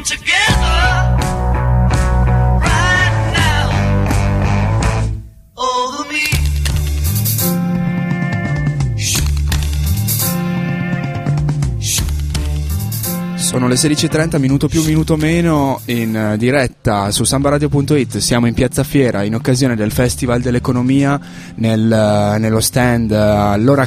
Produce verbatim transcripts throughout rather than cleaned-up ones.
together right now over me. Sono le sedici e trenta, minuto più minuto meno, in diretta su sambaradio punto it. Siamo in Piazza Fiera in occasione del Festival dell'Economia nel, nello stand Allora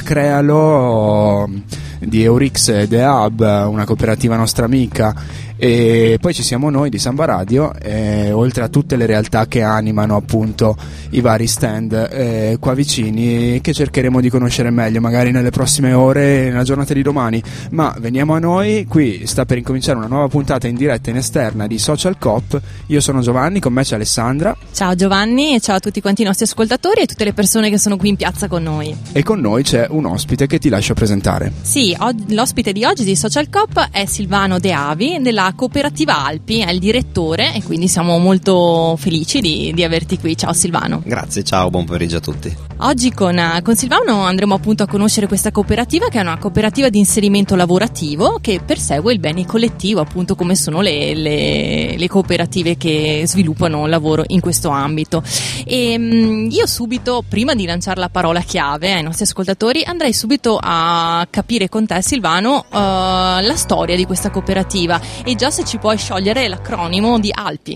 Crealo di Eurix e The Hub, una cooperativa nostra amica. E poi ci siamo noi di Samba Radio, eh, oltre a tutte le realtà che animano appunto i vari stand eh, qua vicini, che cercheremo di conoscere meglio magari nelle prossime ore, nella giornata di domani. Ma veniamo a noi, qui sta per incominciare una nuova puntata in diretta in esterna di Social Coop. Io sono Giovanni, con me c'è Alessandra. Ciao Giovanni e ciao a tutti quanti i nostri ascoltatori e tutte le persone che sono qui in piazza con noi. E con noi c'è un ospite che ti lascio presentare. Sì, og- l'ospite di oggi di Social Coop è Silvano De Avi della Cooperativa Alpi, è il direttore e quindi siamo molto felici di, di averti qui. Ciao Silvano. Grazie, ciao, buon pomeriggio a tutti. Oggi con, con Silvano andremo appunto a conoscere questa cooperativa, che è una cooperativa di inserimento lavorativo che persegue il bene collettivo, appunto come sono le, le, le cooperative che sviluppano lavoro in questo ambito. E mh, io subito, prima di lanciare la parola chiave ai nostri ascoltatori, andrei subito a capire con te Silvano uh, la storia di questa cooperativa e già se ci puoi sciogliere l'acronimo di Alpi.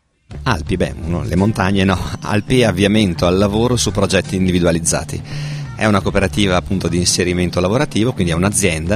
Alpi, beh, no, le montagne no, Alpi è avviamento al lavoro su progetti individualizzati. È una cooperativa appunto di inserimento lavorativo, quindi è un'azienda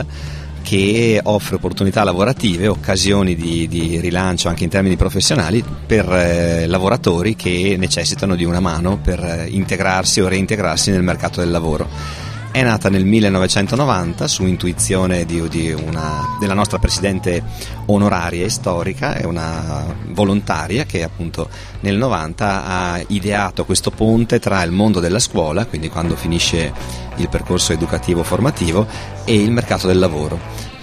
che offre opportunità lavorative, occasioni di, di rilancio anche in termini professionali per eh, lavoratori che necessitano di una mano per eh, integrarsi o reintegrarsi nel mercato del lavoro. È nata nel millenovecentonovanta su intuizione di, di una, della nostra presidente onoraria e storica, è una volontaria che appunto nel novanta ha ideato questo ponte tra il mondo della scuola, quindi quando finisce il percorso educativo formativo, e il mercato del lavoro.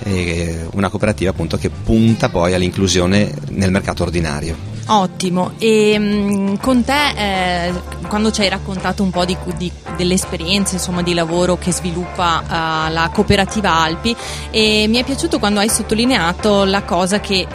È una cooperativa appunto che punta poi all'inclusione nel mercato ordinario. Ottimo, e mh, con te eh, quando ci hai raccontato un po' di, di, delle esperienze insomma di lavoro che sviluppa uh, la cooperativa Alpi, e mi è piaciuto quando hai sottolineato la cosa che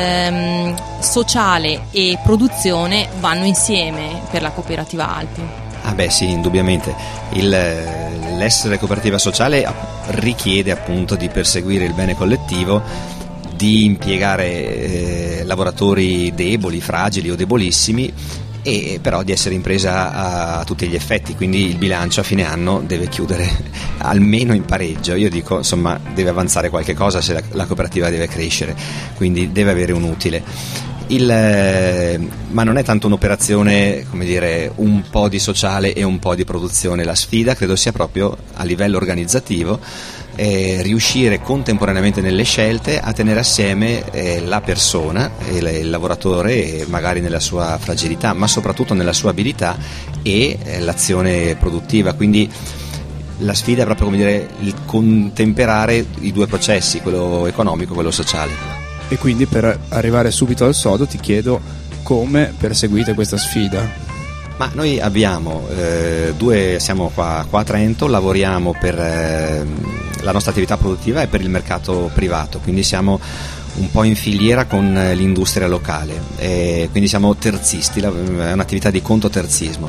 ehm, sociale e produzione vanno insieme per la cooperativa Alpi. Ah beh sì, indubbiamente. Il, l'essere cooperativa sociale richiede appunto di perseguire il bene collettivo, di impiegare eh, lavoratori deboli, fragili o debolissimi, e però di essere impresa a, a tutti gli effetti, quindi il bilancio a fine anno deve chiudere almeno in pareggio. Io dico, insomma, deve avanzare qualche cosa se la, la cooperativa deve crescere, quindi deve avere un utile. Il, eh, ma non è tanto un'operazione, come dire, un po' di sociale e un po' di produzione. La sfida credo sia proprio a livello organizzativo, eh, riuscire contemporaneamente nelle scelte a tenere assieme eh, la persona, il, il lavoratore, magari nella sua fragilità, ma soprattutto nella sua abilità, e eh, l'azione produttiva. Quindi la sfida è proprio, come dire, il contemperare i due processi, quello economico e quello sociale. E quindi, per arrivare subito al sodo, ti chiedo come perseguite questa sfida. Ma noi abbiamo eh, due, siamo qua, qua a Trento, lavoriamo per eh, la nostra attività produttiva e per il mercato privato, quindi siamo un po' in filiera con l'industria locale, e quindi siamo terzisti, è un'attività di contoterzismo.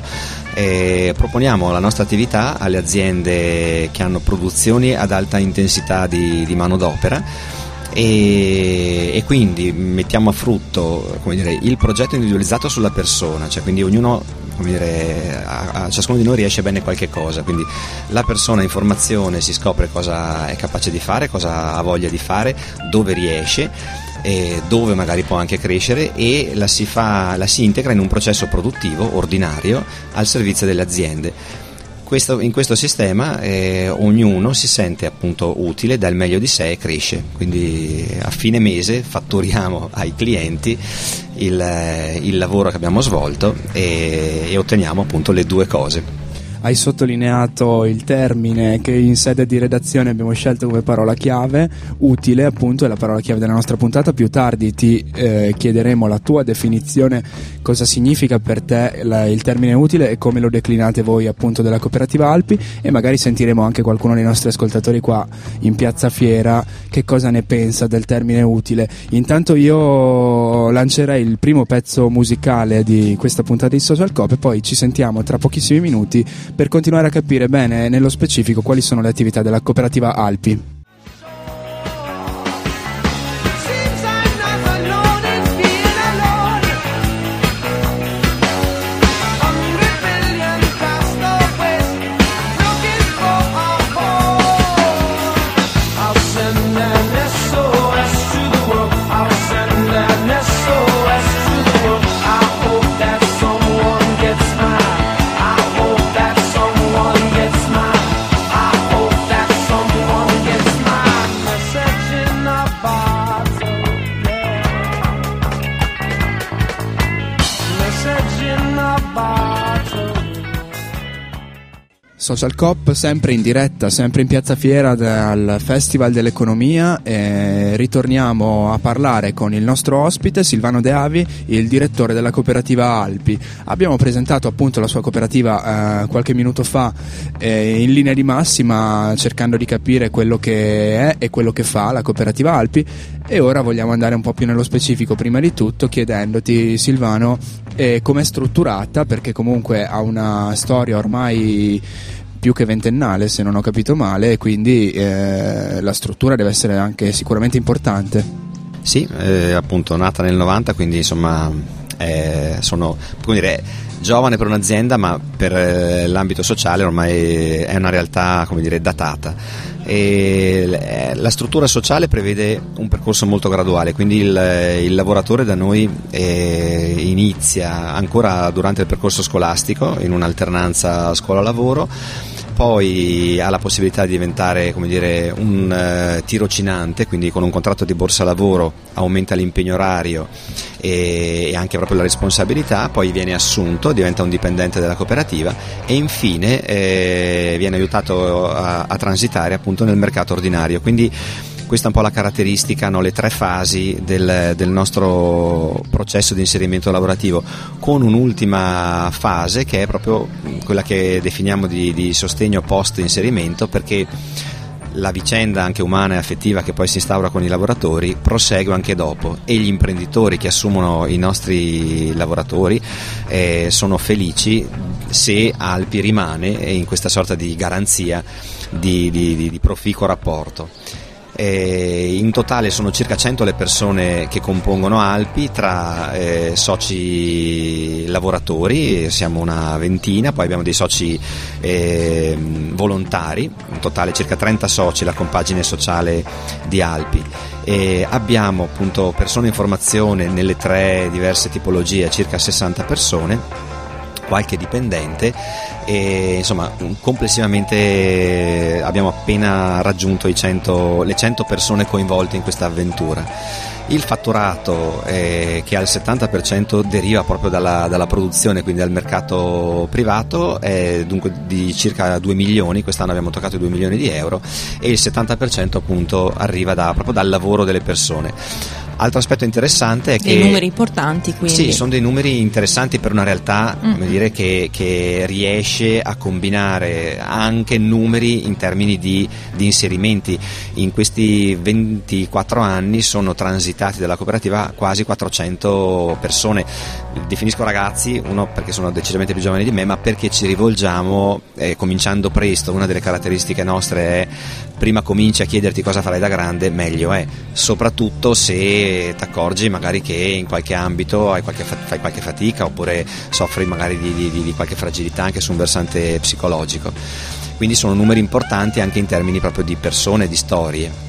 E proponiamo la nostra attività alle aziende che hanno produzioni ad alta intensità di, di manodopera, E, e quindi mettiamo a frutto, come dire, il progetto individualizzato sulla persona, cioè quindi ognuno, come dire, a, a ciascuno di noi riesce bene qualche cosa, quindi la persona in formazione si scopre cosa è capace di fare, cosa ha voglia di fare, dove riesce, e dove magari può anche crescere, e la si fa, la si integra in un processo produttivo ordinario al servizio delle aziende. Questo, in questo sistema eh, ognuno si sente appunto utile, dà il meglio di sé e cresce, quindi a fine mese fatturiamo ai clienti il, il lavoro che abbiamo svolto e, e otteniamo appunto le due cose. hai sottolineato il termine che in sede di redazione abbiamo scelto come parola chiave, utile appunto, è la parola chiave della nostra puntata. Più tardi ti eh, chiederemo la tua definizione, cosa significa per te la, il termine utile e come lo declinate voi appunto della Cooperativa Alpi, e magari sentiremo anche qualcuno dei nostri ascoltatori qua in Piazza Fiera che cosa ne pensa del termine utile. Intanto io lancerei il primo pezzo musicale di questa puntata di Social Coop e poi ci sentiamo tra pochissimi minuti per continuare a capire bene nello specifico quali sono le attività della Cooperativa Alpi. Social Coop sempre in diretta, sempre in Piazza Fiera dal Festival dell'Economia, e ritorniamo a parlare con il nostro ospite Silvano De Avi, il direttore della Cooperativa Alpi. Abbiamo presentato appunto la sua cooperativa eh, qualche minuto fa eh, in linea di massima, cercando di capire quello che è e quello che fa la Cooperativa Alpi, e ora vogliamo andare un po' più nello specifico, prima di tutto chiedendoti, Silvano, eh, com'è strutturata, perché comunque ha una storia ormai più che ventennale, se non ho capito male, e quindi eh, la struttura deve essere anche sicuramente importante. Sì, eh, appunto nata nel novanta, quindi insomma eh, sono, come dire, giovane per un'azienda, ma per eh, l'ambito sociale ormai è una realtà, come dire, datata. E la struttura sociale prevede un percorso molto graduale, quindi il, il lavoratore da noi eh, inizia ancora durante il percorso scolastico in un'alternanza scuola-lavoro, poi ha la possibilità di diventare, come dire, un uh, tirocinante, quindi con un contratto di borsa lavoro aumenta l'impegno orario e, e anche proprio la responsabilità, poi viene assunto, diventa un dipendente della cooperativa e infine eh, viene aiutato a, a transitare appunto nel mercato ordinario. Quindi questa è un po' la caratteristica, no? Le tre fasi del, del nostro processo di inserimento lavorativo, con un'ultima fase che è proprio quella che definiamo di, di sostegno post inserimento, perché la vicenda anche umana e affettiva che poi si instaura con i lavoratori prosegue anche dopo, e gli imprenditori che assumono i nostri lavoratori eh, sono felici se Alpi rimane in questa sorta di garanzia di, di, di, di proficuo rapporto. Eh, in totale sono circa cento le persone che compongono Alpi, tra eh, soci lavoratori siamo una ventina, poi abbiamo dei soci eh, volontari, in totale circa trenta soci la compagine sociale di Alpi. E abbiamo appunto persone in formazione nelle tre diverse tipologie, circa sessanta persone, qualche dipendente, e insomma complessivamente abbiamo appena raggiunto i cento, le cento persone coinvolte in questa avventura. Il fatturato eh, che al settanta per cento deriva proprio dalla, dalla produzione, quindi dal mercato privato, è dunque di circa due milioni, quest'anno abbiamo toccato i due milioni di euro, e il settanta per cento appunto arriva da, proprio dal lavoro delle persone. Altro aspetto interessante è che dei numeri importanti, quindi sì, sono dei numeri interessanti per una realtà, mm. come dire, che, che riesce a combinare anche numeri in termini di, di inserimenti. In questi ventiquattro anni sono transitati dalla cooperativa quasi quattrocento persone. Definisco ragazzi, uno perché sono decisamente più giovani di me, ma perché ci rivolgiamo eh, cominciando presto. Una delle caratteristiche nostre è: prima cominci a chiederti cosa farai da grande, meglio è, soprattutto se ti accorgi magari che in qualche ambito hai qualche, fai qualche fatica, oppure soffri magari di, di, di qualche fragilità anche su un versante psicologico. Quindi sono numeri importanti anche in termini proprio di persone, di storie.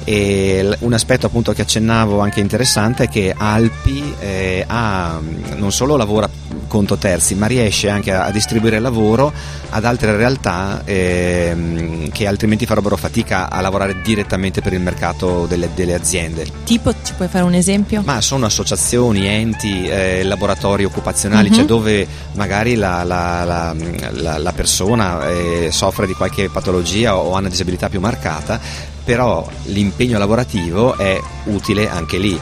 E un aspetto appunto che accennavo anche interessante è che Alpi eh, ha, non solo lavora conto terzi, ma riesce anche a, a distribuire il lavoro ad altre realtà ehm, che altrimenti farebbero fatica a lavorare direttamente per il mercato delle, delle aziende. Tipo, ci puoi fare un esempio? Ma sono associazioni, enti, eh, laboratori occupazionali, mm-hmm. cioè dove magari la, la, la, la, la persona eh, soffre di qualche patologia o ha una disabilità più marcata, però l'impegno lavorativo è utile anche lì.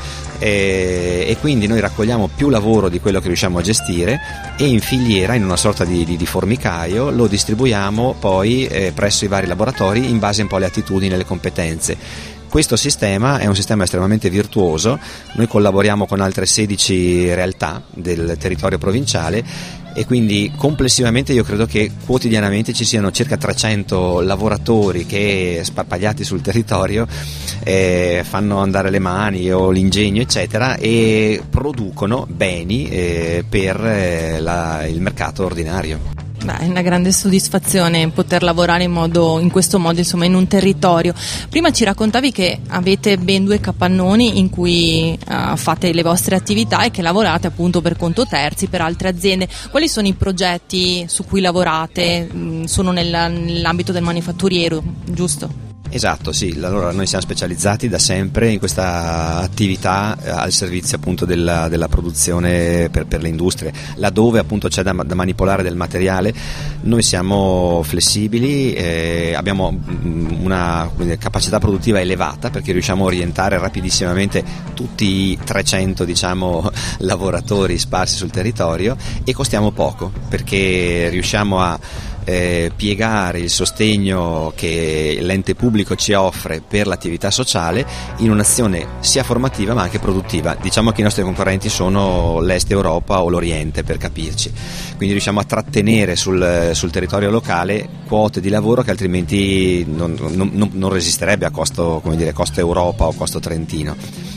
E, e quindi noi raccogliamo più lavoro di quello che riusciamo a gestire e in filiera, in una sorta di, di, di formicaio, lo distribuiamo poi eh, presso i vari laboratori in base un po' alle attitudini e alle competenze. Questo sistema è un sistema estremamente virtuoso, noi collaboriamo con altre sedici realtà del territorio provinciale e quindi complessivamente io credo che quotidianamente ci siano circa trecento lavoratori che, sparpagliati sul territorio, eh, fanno andare le mani o l'ingegno eccetera e producono beni eh, per eh, la, il mercato ordinario. Beh, è una grande soddisfazione poter lavorare in, modo, in questo modo, insomma, in un territorio. Prima ci raccontavi che avete ben due capannoni in cui uh, fate le vostre attività e che lavorate appunto per conto terzi, per altre aziende. Quali sono i progetti su cui lavorate? Mm, sono nel, nell'ambito del manifatturiero, giusto? Esatto, sì, allora noi siamo specializzati da sempre in questa attività eh, al servizio appunto della, della produzione per, per le industrie, laddove appunto c'è da, da manipolare del materiale. Noi siamo flessibili, eh, abbiamo una capacità produttiva elevata perché riusciamo a orientare rapidissimamente tutti i trecento diciamo lavoratori sparsi sul territorio e costiamo poco perché riusciamo a Eh, piegare il sostegno che l'ente pubblico ci offre per l'attività sociale in un'azione sia formativa ma anche produttiva. Diciamo che i nostri concorrenti sono l'Est Europa o l'Oriente, per capirci, quindi riusciamo a trattenere sul, sul territorio locale quote di lavoro che altrimenti non, non, non resisterebbe a costo, come dire, costo Europa o costo Trentino.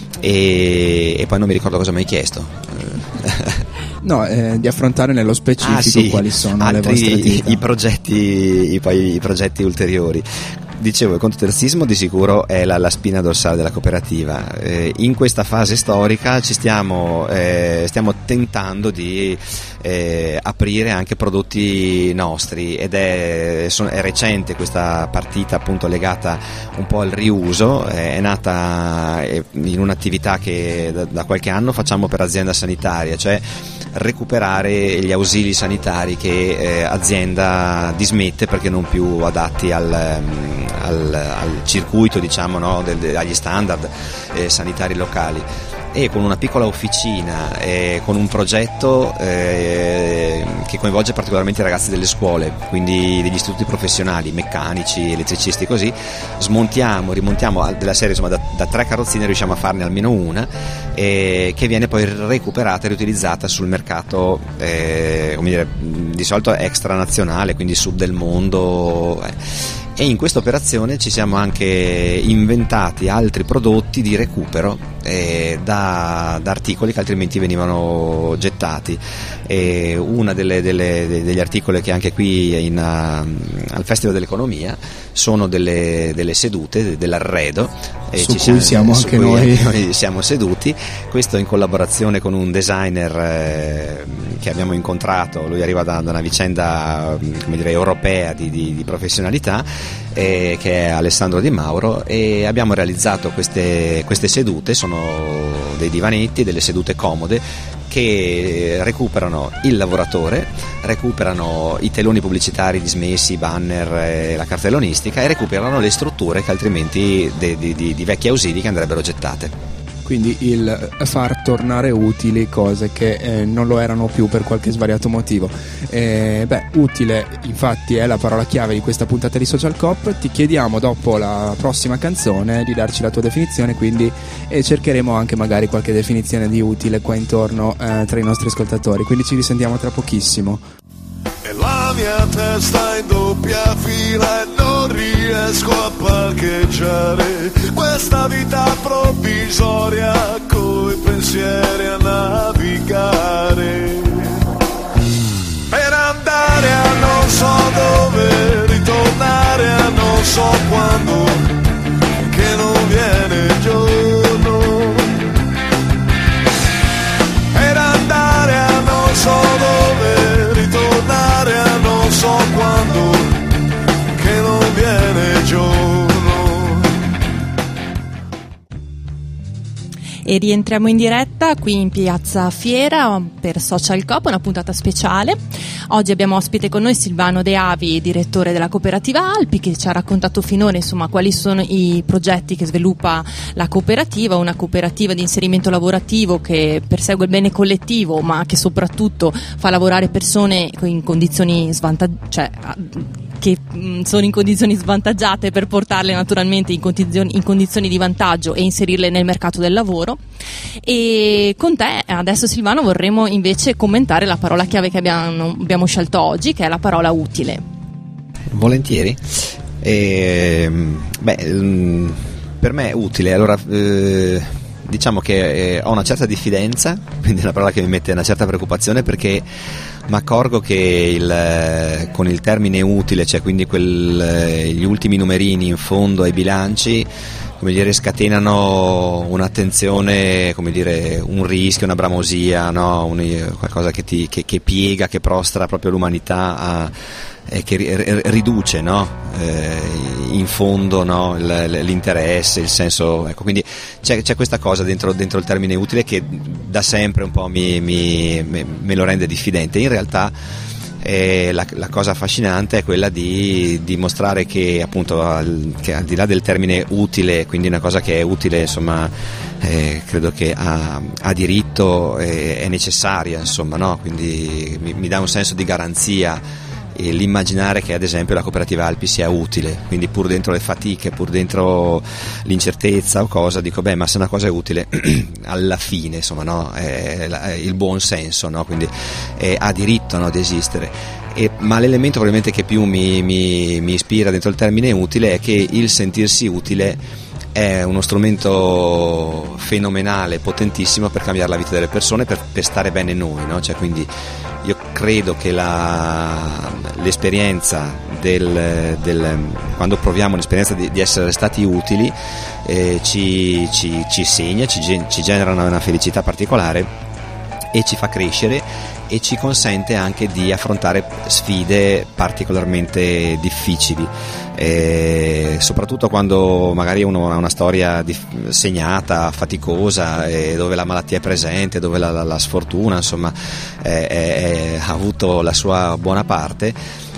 E, e poi non mi ricordo cosa mi hai chiesto. No, eh, di affrontare nello specifico ah, sì, quali sono altri, le vostre attività. I progetti, i, poi, i progetti ulteriori. Dicevo, il contoterzismo di sicuro è la, la spina dorsale della cooperativa. Eh, in questa fase storica ci stiamo, eh, stiamo tentando di eh, aprire anche prodotti nostri ed è, son, è recente questa partita appunto legata un po' al riuso, eh, è nata in un'attività che da, da qualche anno facciamo per azienda sanitaria, cioè recuperare gli ausili sanitari che eh, azienda dismette perché non più adatti al, al, al circuito, diciamo, no, del, agli standard eh, sanitari locali. E con una piccola officina e con un progetto eh, che coinvolge particolarmente i ragazzi delle scuole, quindi degli istituti professionali, meccanici, elettricisti, così smontiamo, rimontiamo della serie, insomma, da, da tre carrozzine riusciamo a farne almeno una eh, che viene poi recuperata e riutilizzata sul mercato eh, come dire, di solito extranazionale, quindi sud del mondo eh. E in questa operazione ci siamo anche inventati altri prodotti di recupero eh, da, da articoli che altrimenti venivano gettati. E una delle, delle, degli articoli che anche qui in, uh, al Festival dell'Economia sono delle, delle sedute, dell'arredo e su ci cui siamo, siamo anche cui noi. noi siamo seduti, questo in collaborazione con un designer eh, che abbiamo incontrato. Lui arriva da, da una vicenda, come dire, europea di, di, di professionalità, eh, che è Alessandro Di Mauro, e abbiamo realizzato queste, queste sedute. Sono dei divanetti, delle sedute comode che recuperano il lavoratore, recuperano i teloni pubblicitari dismessi, i banner e la cartellonistica, e recuperano le strutture che altrimenti di, di, di vecchi ausili che andrebbero gettate. Quindi il far tornare utili cose che eh, non lo erano più per qualche svariato motivo. Eh, beh, utile infatti è la parola chiave di questa puntata di Social Coop. Ti chiediamo dopo la prossima canzone di darci la tua definizione, quindi e cercheremo anche magari qualche definizione di utile qua intorno eh, tra i nostri ascoltatori, quindi ci risentiamo tra pochissimo. E la mia testa in doppia fila e non riesco a parcheggiare questa vita provvisoria coi pensieri a navigare per andare a non so dove, ritornare a non so quando, che non viene il giorno, per andare a non so dove, E rientriamo in diretta qui in Piazza Fiera per Social Coop, una puntata speciale. Oggi abbiamo ospite con noi Silvano De Avi, direttore della cooperativa Alpi, che ci ha raccontato finora insomma quali sono i progetti che sviluppa la cooperativa, una cooperativa di inserimento lavorativo che persegue il bene collettivo, ma che soprattutto fa lavorare persone in condizioni svantaggiate, cioè che mh, sono in condizioni svantaggiate, per portarle naturalmente in condizioni, in condizioni di vantaggio e inserirle nel mercato del lavoro. E con te adesso, Silvano, vorremmo invece commentare la parola chiave che abbiamo, abbiamo scelto oggi, che è la parola utile. Volentieri. E, beh, per me è utile, allora eh, diciamo che eh, ho una certa diffidenza, quindi è una parola che mi mette una certa preoccupazione, perché mi accorgo che il, con il termine utile, cioè quindi quel, gli ultimi numerini in fondo ai bilanci, come dire, scatenano un'attenzione, come dire, un rischio, una bramosia, no? un, qualcosa che, ti, che, che piega, che prostra proprio l'umanità, a, eh, che ri, riduce, no? eh, in fondo, no? l'interesse, il senso, ecco, quindi c'è, c'è questa cosa dentro, dentro il termine utile che da sempre un po' mi, mi, me, me lo rende diffidente. In realtà E la, la cosa affascinante è quella di dimostrare che appunto al, che al di là del termine utile, quindi una cosa che è utile, insomma, eh, credo che ha, ha diritto, eh, è necessaria, insomma, no? Quindi mi, mi dà un senso di garanzia e l'immaginare che ad esempio la cooperativa Alpi sia utile, quindi pur dentro le fatiche, pur dentro l'incertezza o cosa, dico beh, ma se una cosa è utile alla fine, insomma, no, è, è il buon senso, no? Quindi è, ha diritto, no, di esistere. E, ma l'elemento probabilmente che più mi, mi, mi ispira dentro il termine utile è che il sentirsi utile è uno strumento fenomenale, potentissimo per cambiare la vita delle persone, per, per stare bene noi, no? Cioè, quindi io credo che la, l'esperienza del, del quando proviamo l'esperienza di, di essere stati utili eh, ci, ci, ci segna, ci, ci genera una, una felicità particolare e ci fa crescere e ci consente anche di affrontare sfide particolarmente difficili, eh, soprattutto quando magari uno ha una storia di, segnata, faticosa, eh, dove la malattia è presente, dove la, la, la sfortuna, insomma, eh, eh, ha avuto la sua buona parte.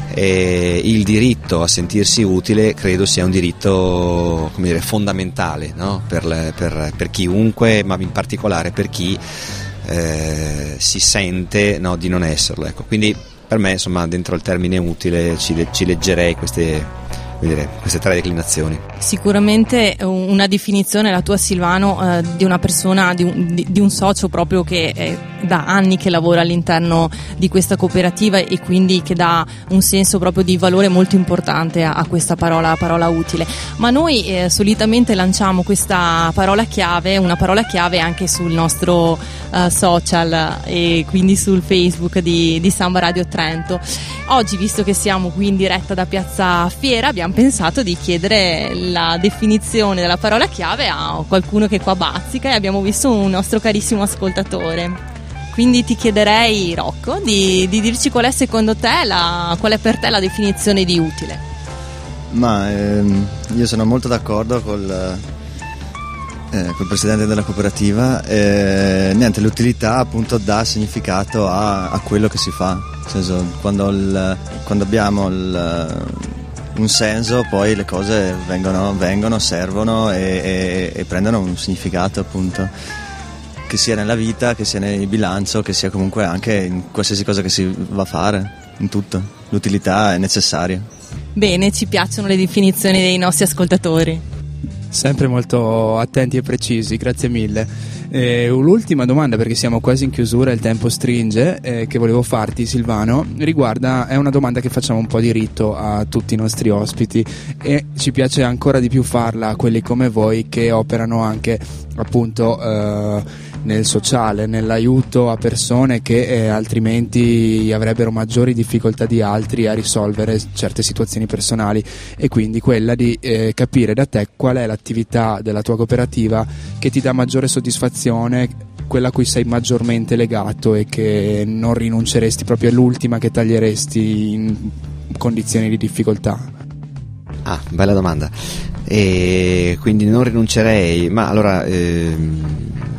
E il diritto a sentirsi utile credo sia un diritto, come dire, fondamentale, no? per, per, per chiunque, ma in particolare per chi Eh, si sente, no, di non esserlo, ecco. Quindi per me, insomma, dentro il termine utile ci, ci leggerei queste, dire, queste tre declinazioni. Sicuramente una definizione, la tua, Silvano, eh, di una persona, di un, di, di un socio proprio che è da anni che lavora all'interno di questa cooperativa e quindi che dà un senso proprio di valore molto importante a, a questa parola, parola utile. Ma noi eh, solitamente lanciamo questa parola chiave, una parola chiave anche sul nostro uh, social e quindi sul Facebook di, di Samba Radio Trento. Oggi, visto che siamo qui in diretta da Piazza Fiera, abbiamo pensato di chiedere la definizione della parola chiave a qualcuno che qua bazzica e abbiamo visto un nostro carissimo ascoltatore. Quindi ti chiederei, Rocco, di, di dirci qual è secondo te, la, qual è per te la definizione di utile. Ma ehm, io sono molto d'accordo col, eh, col presidente della cooperativa. Eh, niente, l'utilità appunto dà significato a, a quello che si fa. Nel senso, quando, il, quando abbiamo il, un senso, poi le cose vengono, vengono servono e, e, e prendono un significato, appunto, che sia nella vita, che sia nel bilancio, che sia comunque anche in qualsiasi cosa che si va a fare, in tutto. L'utilità è necessaria. Bene, ci piacciono le definizioni dei nostri ascoltatori. Sempre molto attenti e precisi, grazie mille. Eh, l'ultima domanda, perché siamo quasi in chiusura e il tempo stringe, eh, che volevo farti, Silvano, riguarda, è una domanda che facciamo un po' di rito a tutti i nostri ospiti e ci piace ancora di più farla a quelli come voi che operano anche appunto eh, nel sociale, nell'aiuto a persone che eh, altrimenti avrebbero maggiori difficoltà di altri a risolvere certe situazioni personali, e quindi quella di eh, capire da te qual è l'attività della tua cooperativa che ti dà maggiore soddisfazione, quella a cui sei maggiormente legato e che non rinunceresti, proprio all'ultima che taglieresti in condizioni di difficoltà. Ah, bella domanda. E quindi non rinuncerei, ma allora ehm,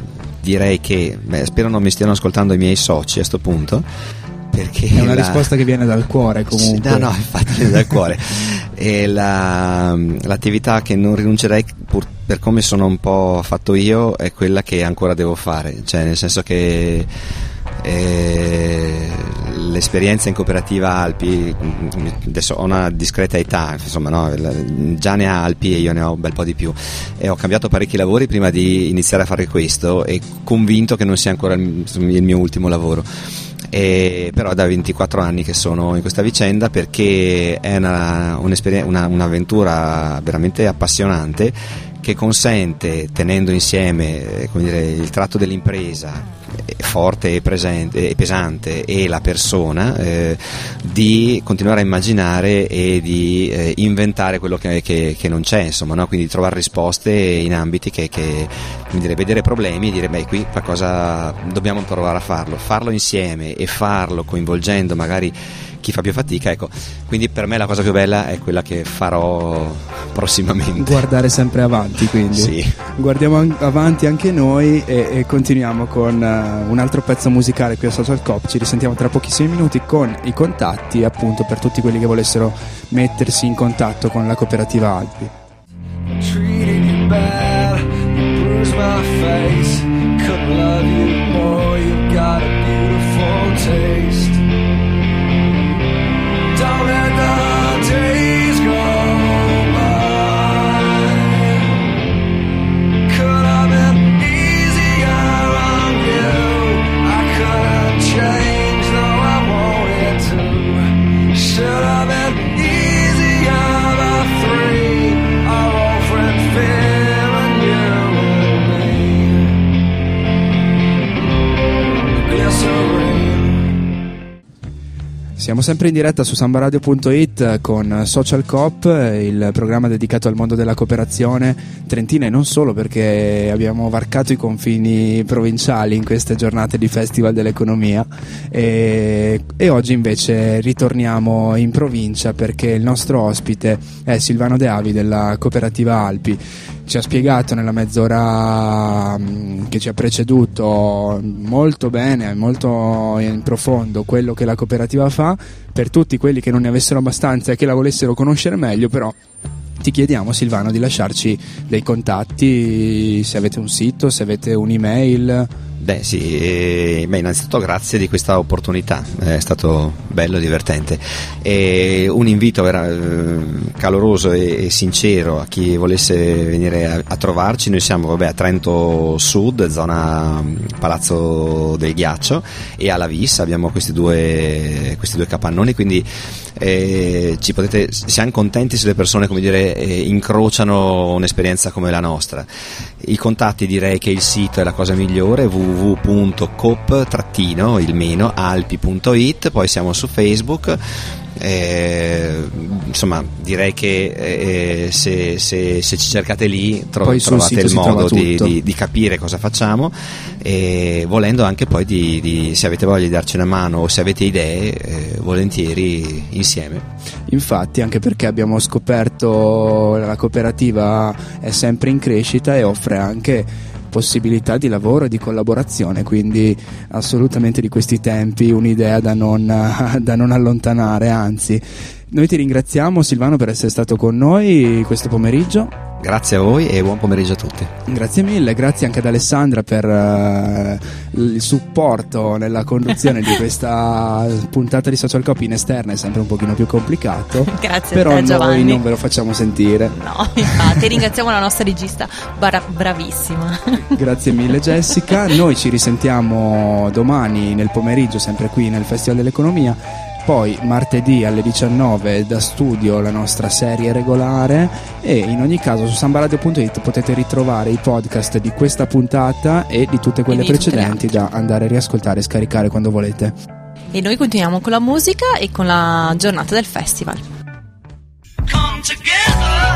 direi che beh, spero non mi stiano ascoltando i miei soci a sto punto, perché è una la... risposta che viene dal cuore comunque. No, no, infatti viene dal cuore. E la, l'attività che non rinuncerei, pur, per come sono un po' fatto io, è quella che ancora devo fare, cioè nel senso che eh, l'esperienza in cooperativa Alpi, adesso ho una discreta età, insomma, no? Già ne ha Alpi e io ne ho un bel po' di più, e ho cambiato parecchi lavori prima di iniziare a fare questo, e convinto che non sia ancora il, il mio ultimo lavoro. E però è da ventiquattro anni che sono in questa vicenda, perché è una, una, un'avventura veramente appassionante, che consente, tenendo insieme come dire, il tratto dell'impresa forte e presente e pesante e la persona, eh, di continuare a immaginare e di eh, inventare quello che, che, che non c'è, insomma, no? Quindi trovare risposte in ambiti che, che dire, vedere problemi e dire beh, qui qualcosa dobbiamo provare a farlo, farlo insieme e farlo coinvolgendo magari chi fa più fatica, ecco. Quindi per me la cosa più bella è quella che farò prossimamente. Guardare sempre avanti, quindi. Sì. Guardiamo an- avanti anche noi e, e continuiamo con uh, un altro pezzo musicale qui a Social Coop. Ci risentiamo tra pochissimi minuti con i contatti, appunto, per tutti quelli che volessero mettersi in contatto con la cooperativa Alpi. Don't let the days go by. Could have been easier on you. I couldn't change, though I wanted to. Should have been easier by three. Our old friend Phil and you and me. Glycerine. Siamo sempre in diretta su sambaradio punto it con Social Coop, il programma dedicato al mondo della cooperazione trentina e non solo, perché abbiamo varcato i confini provinciali in queste giornate di Festival dell'Economia, e, e oggi invece ritorniamo in provincia, perché il nostro ospite è Silvano De Avi della cooperativa Alpi. Ci ha spiegato nella mezz'ora che ci ha preceduto molto bene, molto in profondo quello che la cooperativa fa. Per tutti quelli che non ne avessero abbastanza e che la volessero conoscere meglio, però ti chiediamo, Silvano, di lasciarci dei contatti, se avete un sito, se avete un'email. Beh sì, eh, beh, innanzitutto grazie di questa opportunità, è stato bello e divertente, e un invito era, eh, caloroso e, e sincero a chi volesse venire a, a trovarci. Noi siamo vabbè, a Trento Sud, zona Palazzo del Ghiaccio, e alla Vis abbiamo questi due, questi due capannoni, quindi eh, ci potete, siamo contenti se le persone, come dire, eh, incrociano un'esperienza come la nostra. I contatti, direi che il sito è la cosa migliore, w w w punto coop trattino il meno alpi punto it, poi siamo su Facebook. Eh, insomma, direi che eh, se, se, se ci cercate lì tro- trovate il modo di, di, di capire cosa facciamo, e volendo anche poi di, di, se avete voglia di darci una mano o se avete idee, eh, volentieri insieme. Infatti, anche perché abbiamo scoperto la cooperativa è sempre in crescita e offre anche possibilità di lavoro e di collaborazione, quindi assolutamente di questi tempi un'idea da non, da non allontanare, anzi. Noi ti ringraziamo, Silvano, per essere stato con noi questo pomeriggio. Grazie a voi e buon pomeriggio a tutti. Grazie mille, grazie anche ad Alessandra per uh, il supporto nella conduzione di questa puntata di Social Coop. In esterna è sempre un pochino più complicato. Grazie però a te, Giovanni. Noi non ve lo facciamo sentire. No, infatti, ringraziamo la nostra regista bra- bravissima. Grazie mille, Jessica. Noi ci risentiamo domani nel pomeriggio, sempre qui nel Festival dell'Economia. Poi martedì alle diciannove da studio la nostra serie regolare, e in ogni caso su sambaradio punto it potete ritrovare i podcast di questa puntata e di tutte quelle precedenti da andare a riascoltare e scaricare quando volete. E noi continuiamo con la musica e con la giornata del festival. Come together.